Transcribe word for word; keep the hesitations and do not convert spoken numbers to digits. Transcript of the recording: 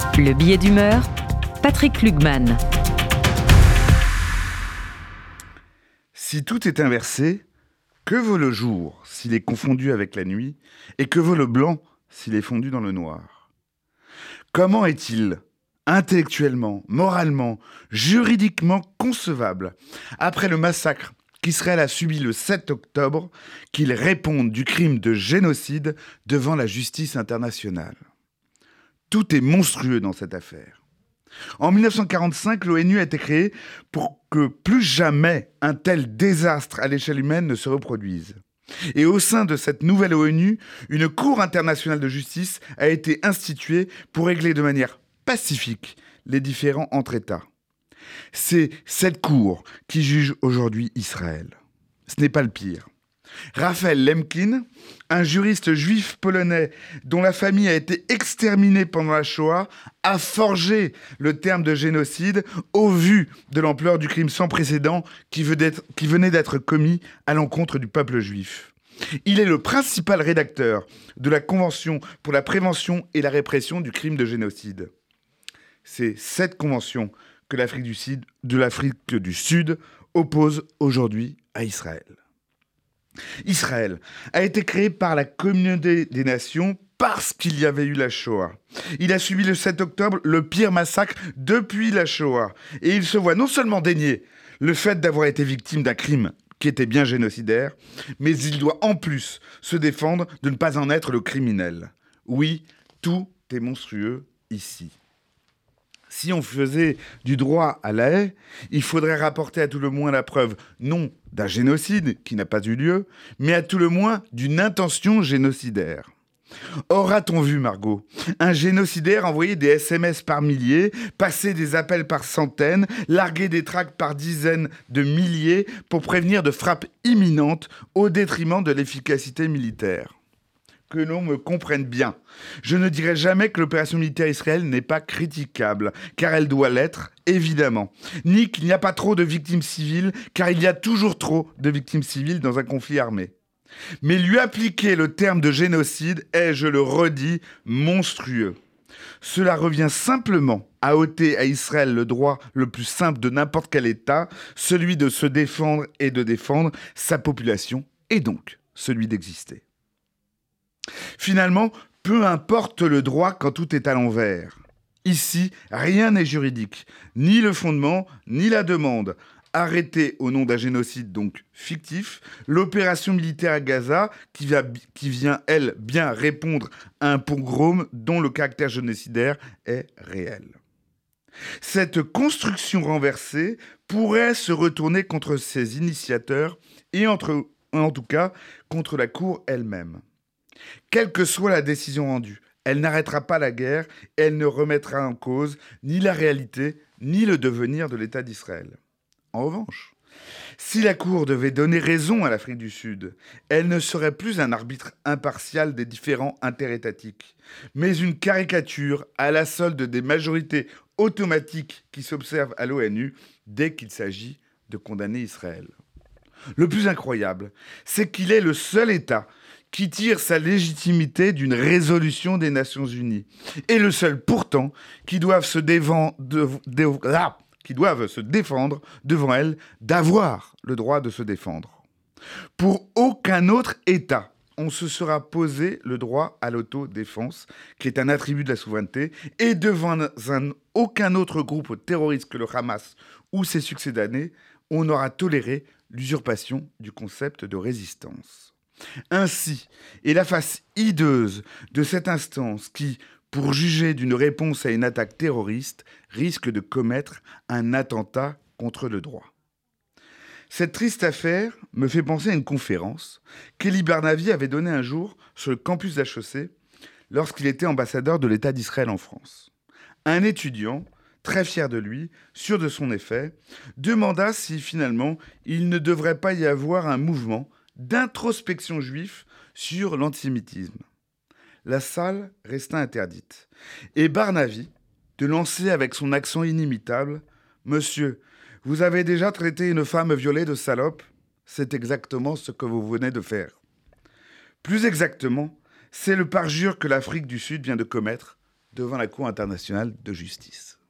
Le billet d'humeur, Patrick Klugman. Si tout est inversé, que vaut le jour s'il est confondu avec la nuit, et que vaut le blanc s'il est fondu dans le noir? Comment est-il intellectuellement, moralement, juridiquement concevable, après le massacre qu'Israël a subi le sept octobre, qu'il réponde du crime de génocide devant la justice internationale? Tout est monstrueux dans cette affaire. En mille neuf cent quarante-cinq, l'ONU a été créée pour que plus jamais un tel désastre à l'échelle humaine ne se reproduise. Et au sein de cette nouvelle ONU, une Cour internationale de justice a été instituée pour régler de manière pacifique les différends entre États. C'est cette Cour qui juge aujourd'hui Israël. Ce n'est pas le pire. Raphaël Lemkin, un juriste juif polonais dont la famille a été exterminée pendant la Shoah, a forgé le terme de génocide au vu de l'ampleur du crime sans précédent qui venait d'être commis à l'encontre du peuple juif. Il est le principal rédacteur de la Convention pour la prévention et la répression du crime de génocide. C'est cette convention que l'Afrique du Sud, de l'Afrique du Sud oppose aujourd'hui à Israël. Israël a été créé par la communauté des nations parce qu'il y avait eu la Shoah. Il a subi le sept octobre le pire massacre depuis la Shoah. Et il se voit non seulement dénier le fait d'avoir été victime d'un crime qui était bien génocidaire, mais il doit en plus se défendre de ne pas en être le criminel. Oui, tout est monstrueux ici. Si on faisait du droit à la haie, il faudrait rapporter à tout le moins la preuve, non d'un génocide qui n'a pas eu lieu, mais à tout le moins d'une intention génocidaire. Or, a-t-on vu, Margot, un génocidaire envoyer des S M S par milliers, passer des appels par centaines, larguer des tracts par dizaines de milliers pour prévenir de frappes imminentes au détriment de l'efficacité militaire? Que l'on me comprenne bien. Je ne dirai jamais que l'opération militaire israélienne n'est pas critiquable, car elle doit l'être, évidemment. Ni qu'il n'y a pas trop de victimes civiles, car il y a toujours trop de victimes civiles dans un conflit armé. Mais lui appliquer le terme de génocide est, je le redis, monstrueux. Cela revient simplement à ôter à Israël le droit le plus simple de n'importe quel État, celui de se défendre et de défendre sa population, et donc celui d'exister. Finalement, peu importe le droit quand tout est à l'envers. Ici, rien n'est juridique, ni le fondement, ni la demande. Arrêtée au nom d'un génocide donc fictif, l'opération militaire à Gaza, qui, va, qui vient, elle, bien répondre à un pogrom dont le caractère génocidaire est réel. Cette construction renversée pourrait se retourner contre ses initiateurs et entre, en tout cas contre la Cour elle-même. Quelle que soit la décision rendue, elle n'arrêtera pas la guerre et elle ne remettra en cause ni la réalité ni le devenir de l'État d'Israël. En revanche, si la Cour devait donner raison à l'Afrique du Sud, elle ne serait plus un arbitre impartial des différends interétatiques, mais une caricature à la solde des majorités automatiques qui s'observent à l'ONU dès qu'il s'agit de condamner Israël. Le plus incroyable, c'est qu'il est le seul État qui tire sa légitimité d'une résolution des Nations Unies, et le seul pourtant qui doivent se, défend, de, de, ah, qui doivent se défendre devant elle d'avoir le droit de se défendre. Pour aucun autre État, on se sera posé le droit à l'autodéfense, qui est un attribut de la souveraineté, et devant un, aucun autre groupe terroriste que le Hamas ou ses succédanés, on n'aura toléré l'usurpation du concept de résistance. Ainsi est la face hideuse de cette instance qui, pour juger d'une réponse à une attaque terroriste, risque de commettre un attentat contre le droit. Cette triste affaire me fait penser à une conférence qu'Eli Barnavi avait donnée un jour sur le campus d'H E C lorsqu'il était ambassadeur de l'État d'Israël en France. Un étudiant, très fier de lui, sûr de son effet, demanda si finalement il ne devrait pas y avoir un mouvement d'introspection juive sur l'antisémitisme. La salle resta interdite. Et Barnavi, de lancer avec son accent inimitable « Monsieur, vous avez déjà traité une femme violée de salope ? C'est exactement ce que vous venez de faire. » Plus exactement, c'est le parjure que l'Afrique du Sud vient de commettre devant la Cour internationale de justice.